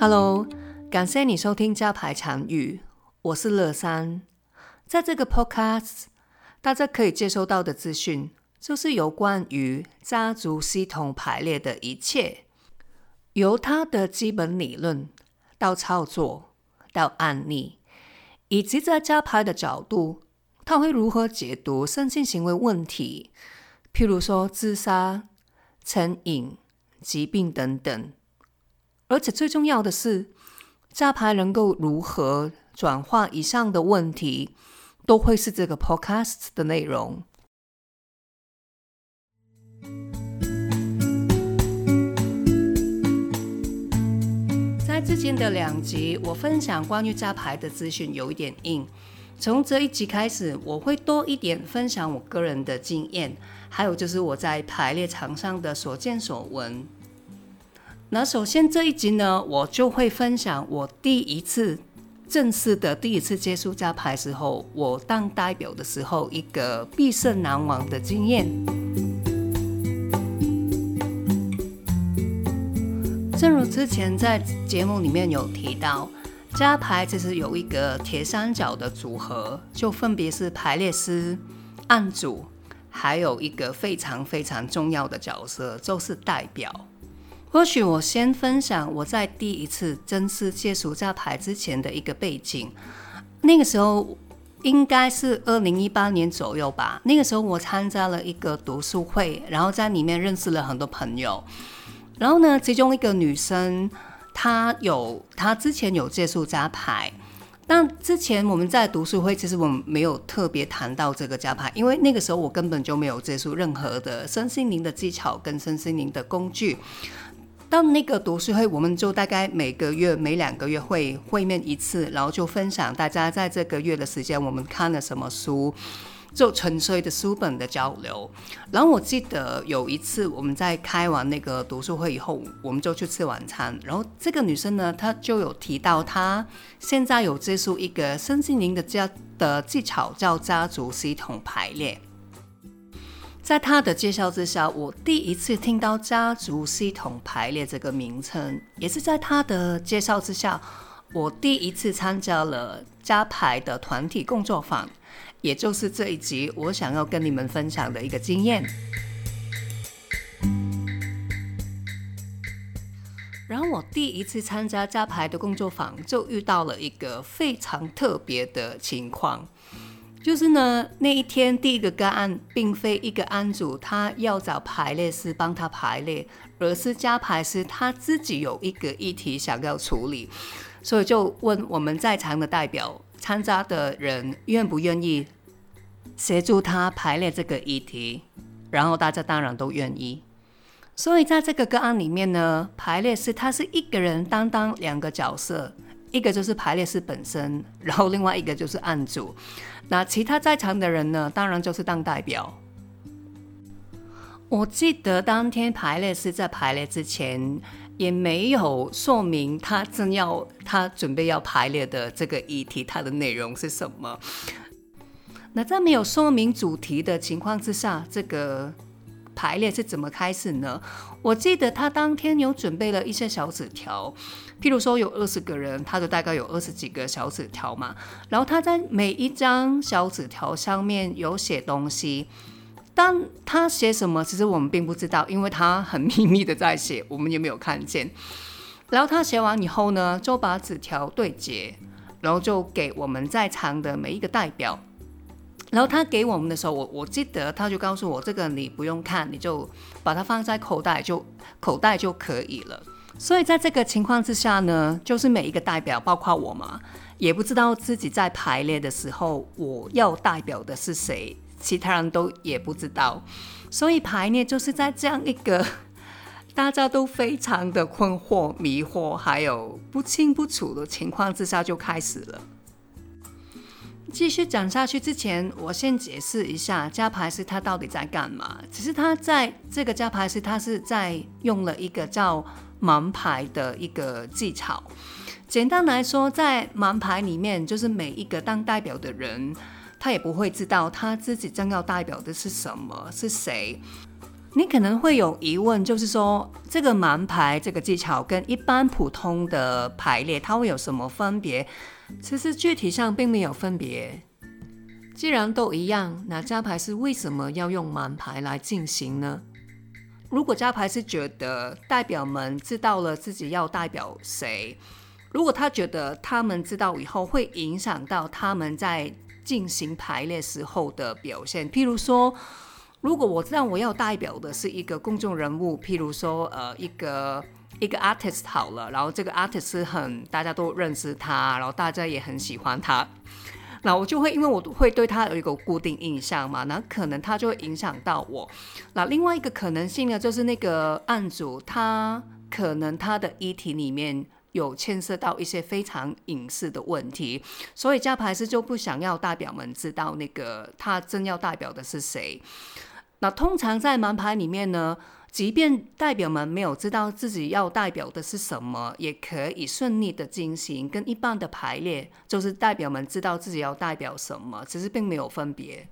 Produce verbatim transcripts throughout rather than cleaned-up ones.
Hello， 感谢你收听家牌常语，我是乐山。在这个 podcast， 大家可以接收到的资讯，就是有关于家族系统排列的一切，由它的基本理论到操作到案例，以及在家牌的角度，它会如何解读身心行为问题，譬如说自杀、成瘾、疾病等等。而且最重要的是，家牌能够如何转化以上的问题，都会是这个 podcast 的内容。在之前的两集，我分享关于家牌的资讯有一点硬，从这一集开始，我会多一点分享我个人的经验，还有就是我在排列场上的所见所闻。那首先这一集呢，我就会分享我第一次正式的第一次接触家牌时候，我当代表的时候一个毕生难忘的经验。正如之前在节目里面有提到，家牌其实有一个铁三角的组合，就分别是排列师、案主，还有一个非常非常重要的角色，就是代表。或许我先分享我在第一次正式接触家牌之前的一个背景。那个时候应该是二零一八年左右吧，那个时候我参加了一个读书会，然后在里面认识了很多朋友。然后呢，其中一个女生她有她之前有接触家牌，但之前我们在读书会其实我们没有特别谈到这个家牌，因为那个时候我根本就没有接触任何的身心灵的技巧跟身心灵的工具。到那个读书会，我们就大概每个月每两个月会会面一次，然后就分享大家在这个月的时间我们看了什么书，就纯粹的书本的交流。然后我记得有一次我们在开完那个读书会以后，我们就去吃晚餐，然后这个女生呢，她就有提到她现在有接触一个身心灵的的技巧，叫家族系统排列。在他的介绍之下，我第一次听到家族系统排列这个名称，也是在他的介绍之下，我第一次参加了家牌的团体工作坊，也就是这一集我想要跟你们分享的一个经验。然后我第一次参加家牌的工作坊，就遇到了一个非常特别的情况。就是呢，那一天第一个个案并非一个案主他要找排列师帮他排列，而是家排师他自己有一个议题想要处理，所以就问我们在场的代表参加的人愿不愿意协助他排列这个议题，然后大家当然都愿意。所以在这个个案里面呢，排列师他是一个人担当两个角色，一个就是排列师本身，然后另外一个就是案主。那其他在场的人呢，当然就是当代表。我记得当天排列师在排列之前也没有说明他正要他准备要排列的这个议题，它的内容是什么。那在没有说明主题的情况之下，这个排列是怎么开始呢？我记得他当天有准备了一些小纸条，譬如说有二十个人，他就大概有二十几个小纸条嘛。然后他在每一张小纸条上面有写东西，但他写什么其实我们并不知道，因为他很秘密的在写，我们也没有看见。然后他写完以后呢，就把纸条对结，然后就给我们在场的每一个代表。然后他给我们的时候， 我, 我记得他就告诉我，这个你不用看，你就把它放在口袋就口袋就可以了。所以在这个情况之下呢，就是每一个代表包括我嘛，也不知道自己在排列的时候我要代表的是谁，其他人都也不知道。所以排列就是在这样一个大家都非常的困惑迷惑还有不清不楚的情况之下就开始了。继续讲下去之前，我先解释一下家排师他到底在干嘛。其实他在这个家排师他是在用了一个叫盲牌的一个技巧。简单来说，在盲牌里面，就是每一个当代表的人他也不会知道他自己正要代表的是什么是谁， 你可能会有疑问，就是说这个盲排这个技巧跟一般普通的排列它会有什么分别？其实具体上并没有分别。既然都一样，那家排师为什么要用盲排来进行呢？如果家排师觉得代表们知道了自己要代表谁，如果他觉得他们知道以后会影响到他们在进行排列时候的表现，譬如说如果我知道我要代表的是一个公众人物，譬如说呃一个一个 artist 好了，然后这个 artist 很大家都认识他，然后大家也很喜欢他，那我就会因为我会对他有一个固定印象嘛，那可能他就会影响到我。那另外一个可能性呢，就是那个案主他可能他的议题里面有牵涉到一些非常隐私的问题，所以家排师就不想要代表们知道那个他真要代表的是谁。那通常在盲排里面呢，即便代表们没有知道自己要代表的是什么，也可以顺利的进行，跟一般的排列就是代表们知道自己要代表什么，其实并没有分别。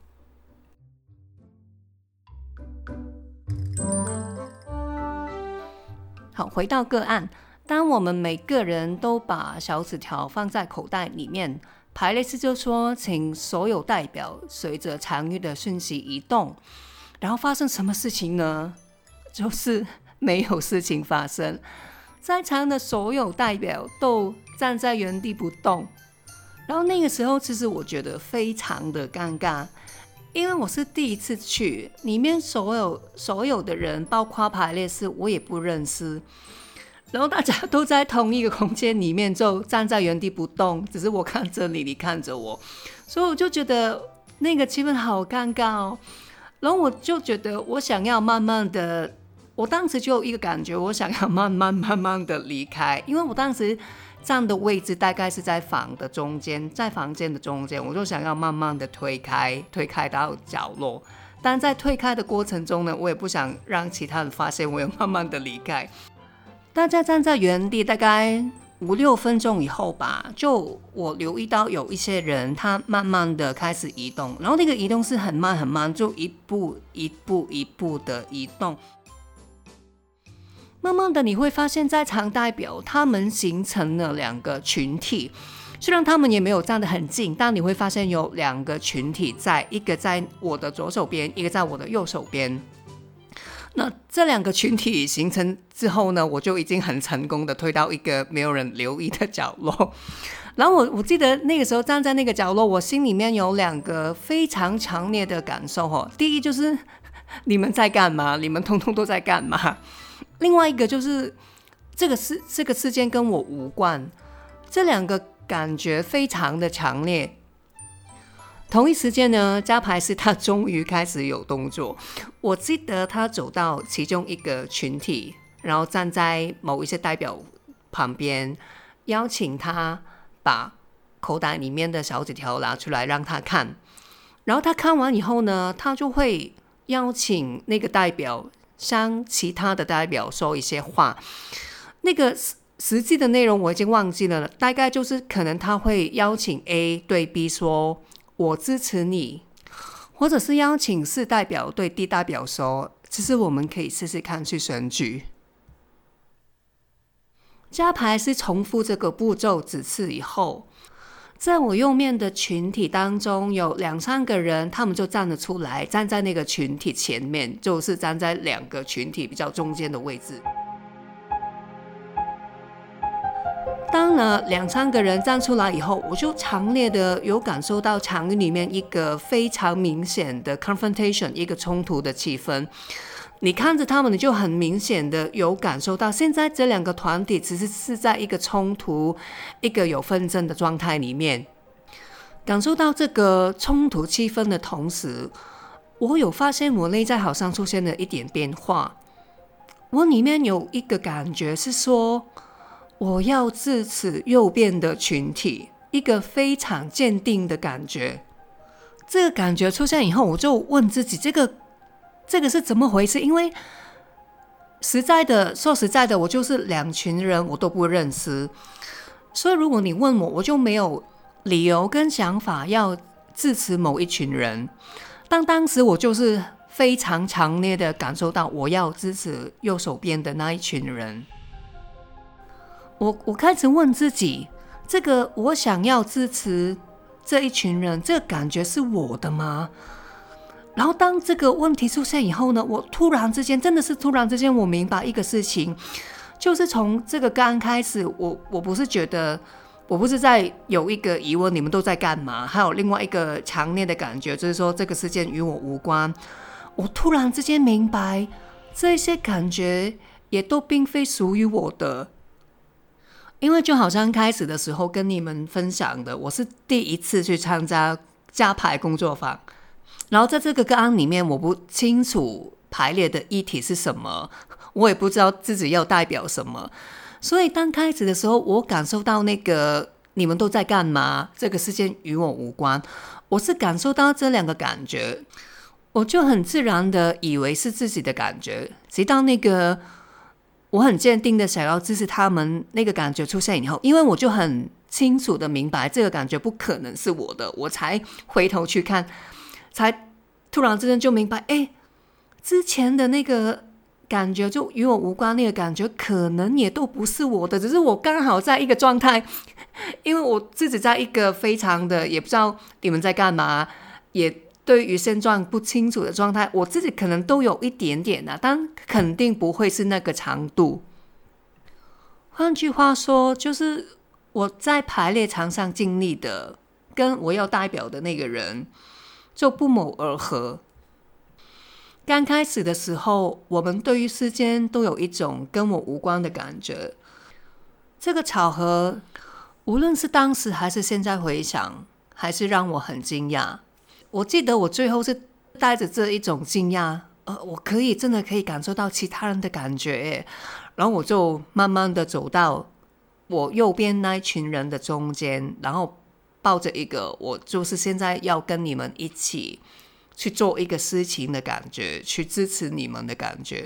好，回到个案，当我们每个人都把小纸条放在口袋里面，排列师就说请所有代表随着场域的讯息移动，然后发生什么事情呢？就是没有事情发生，在场的所有代表都站在原地不动。然后那个时候其实我觉得非常的尴尬，因为我是第一次去，里面所有所有的人包括排列师我也不认识，然后大家都在同一个空间里面就站在原地不动，只是我看着你，你看着我，所以我就觉得那个气氛好尴尬哦。然后我就觉得我想要慢慢的，我当时就有一个感觉，我想要慢慢慢慢的离开，因为我当时站的位置大概是在房的中间，在房间的中间，我就想要慢慢的推开，推开到角落。但在推开的过程中呢，我也不想让其他人发现我有慢慢的离开。大家站在原地大概五六分钟以后吧，就我留意到有一些人他慢慢的开始移动，然后那个移动是很慢很慢，就一步一步一步的移动。慢慢的你会发现在场代表他们形成了两个群体，虽然他们也没有站得很近，但你会发现有两个群体在，一个在我的左手边，一个在我的右手边。那这两个群体形成之后呢，我就已经很成功的推到一个没有人留意的角落。然后 我, 我记得那个时候站在那个角落，我心里面有两个非常强烈的感受、哦、第一就是你们在干嘛，你们通通都在干嘛。另外一个就是这个事这个事件跟我无关，这两个感觉非常的强烈。同一时间呢，家排师他终于开始有动作。我记得他走到其中一个群体，然后站在某一些代表旁边，邀请他把口袋里面的小纸条拿出来让他看。然后他看完以后呢，他就会邀请那个代表向其他的代表说一些话。那个实际的内容我已经忘记了，大概就是可能他会邀请 A 对 B 说我支持你，或者是邀请市代表对 D 代表说其实我们可以试试看去选举。家排是重复这个步骤几次以后，在我右面的群体当中有两三个人，他们就站了出来，站在那个群体前面，就是站在两个群体比较中间的位置。当了两三个人站出来以后，我就强烈的有感受到场域里面一个非常明显的 confrontation， 一个冲突的气氛。你看着他们，你就很明显的有感受到现在这两个团体其实是在一个冲突，一个有纷争的状态里面。感受到这个冲突气氛的同时，我有发现我内在好像出现了一点变化。我里面有一个感觉是说，我要支持右边的群体，一个非常坚定的感觉。这个感觉出现以后，我就问自己，这个这个是怎么回事？因为实在的说实在的，我就是两群人我都不认识，所以如果你问我，我就没有理由跟想法要支持某一群人。但当时我就是非常强烈的感受到我要支持右手边的那一群人。我我开始问自己，这个我想要支持这一群人，这个感觉是我的吗？然后当这个问题出现以后呢，我突然之间，真的是突然之间，我明白一个事情，就是从这个个案开始，我我不是觉得，我不是在有一个疑问，你们都在干嘛？还有另外一个强烈的感觉，就是说这个事件与我无关。我突然之间明白，这些感觉也都并非属于我的。因为就好像开始的时候跟你们分享的，我是第一次去参加家排工作坊，然后在这个个案里面，我不清楚排列的议题是什么，我也不知道自己要代表什么，所以当开始的时候，我感受到那个你们都在干嘛，这个事件与我无关，我是感受到这两个感觉，我就很自然的以为是自己的感觉，直到那个我很坚定的想要支持他们那个感觉出现以后，因为我就很清楚的明白这个感觉不可能是我的，我才回头去看，才突然之间就明白，哎，之前的那个感觉就与我无关，那个感觉可能也都不是我的，只是我刚好在一个状态，因为我自己在一个非常的也不知道你们在干嘛，也对于现状不清楚的状态，我自己可能都有一点点的、啊，但肯定不会是那个长度。换句话说，就是我在排列场上经历的，跟我要代表的那个人就不谋而合。刚开始的时候，我们对于世间都有一种跟我无关的感觉。这个巧合，无论是当时还是现在回想，还是让我很惊讶。我记得我最后是带着这一种惊讶，呃，我可以真的可以感受到其他人的感觉，然后我就慢慢的走到我右边那一群人的中间，然后抱着一个我就是现在要跟你们一起去做一个事情的感觉，去支持你们的感觉。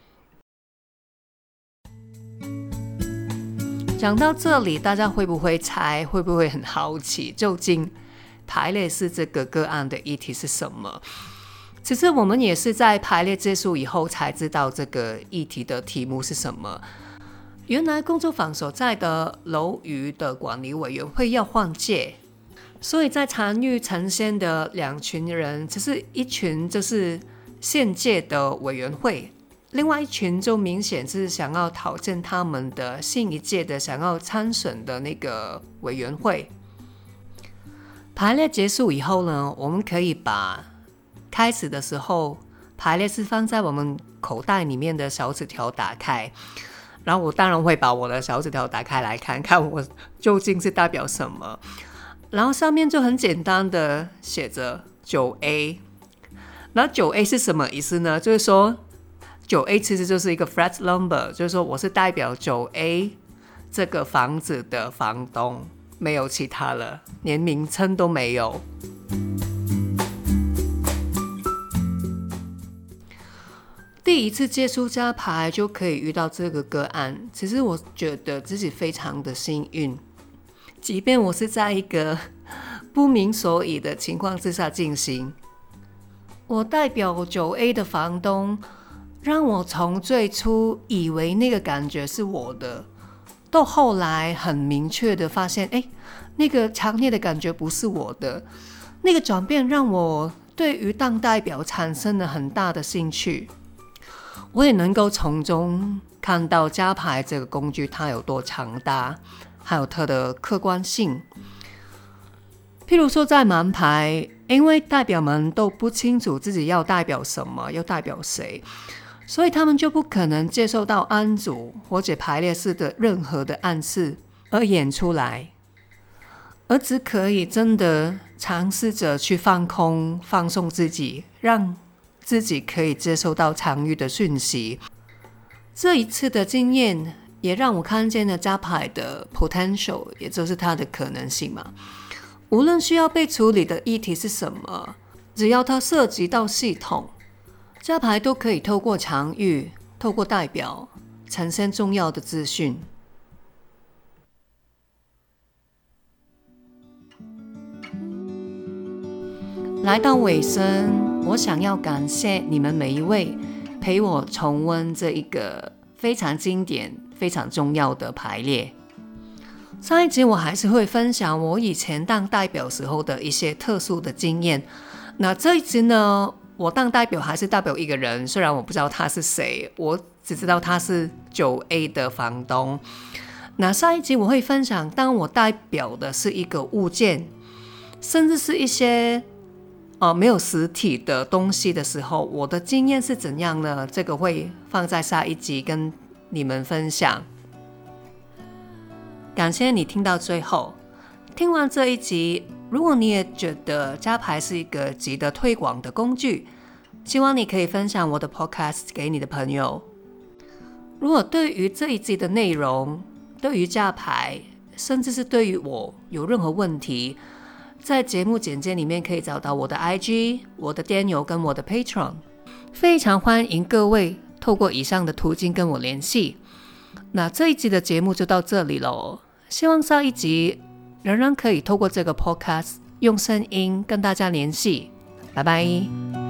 讲到这里，大家会不会猜，会不会很好奇，究竟排列式这个个案的议题是什么？其实我们也是在排列结束以后才知道这个议题的题目是什么。原来工作坊所在的楼宇的管理委员会要换届，所以在参与呈现的两群人，只是一群就是现届的委员会，另外一群就明显是想要讨见他们的新一届的想要参选的那个委员会。排列结束以后呢，我们可以把开始的时候排列是放在我们口袋里面的小纸条打开，然后我当然会把我的小纸条打开来看看我究竟是代表什么，然后上面就很简单的写着 九 A， 然后 九 A 是什么意思呢？就是说 九 A 其实就是一个 flat number， 就是说我是代表 九 A 这个房子的房东，没有其他了，连名称都没有。第一次接触家排就可以遇到这个个案，其实我觉得自己非常的幸运，即便我是在一个不明所以的情况之下进行。我代表 九 A 的房东，让我从最初以为那个感觉是我的，到后来很明确的发现，哎，那个强烈的感觉不是我的。那个转变让我对于当代表产生了很大的兴趣。我也能够从中看到家排这个工具它有多强大，还有它的客观性。譬如说在盲排，因为代表们都不清楚自己要代表什么，要代表谁，所以他们就不可能接受到案组或者排列式的任何的暗示而演出来，而只可以真的尝试着去放空放松自己，让自己可以接受到场域的讯息。这一次的经验也让我看见了家排的 potential， 也就是它的可能性嘛。无论需要被处理的议题是什么，只要它涉及到系统，家排都可以透过场域，透过代表呈现重要的资讯。来到尾声， 我想要感谢你们每一位陪我重温这一个非常经典、非常重要的排列。上一集我还是会分享我以前当代表时候的一些特殊的经验。那这一集呢，我当代表还是代表一个人，虽然我不知道他是谁，我只知道他是九 A 的房东。那上一集我会分享，当我代表的是一个物件，甚至是一些呃没有实体的东西的时候，我的经验是怎样呢？这个会放在下一集跟你们分享。感谢你听到最后。听完这一集，如果你也觉得家排是一个值得推广的工具，希望你可以分享我的 podcast 给你的朋友。如果对于这一集的内容，对于家排，甚至是对于我有任何问题，在节目简介里面可以找到我的 I G、我的电邮跟我的 Patreon。 非常欢迎各位透过以上的途径跟我联系。那这一集的节目就到这里了，希望下一集仍然可以透过这个 podcast 用声音跟大家联系。拜拜。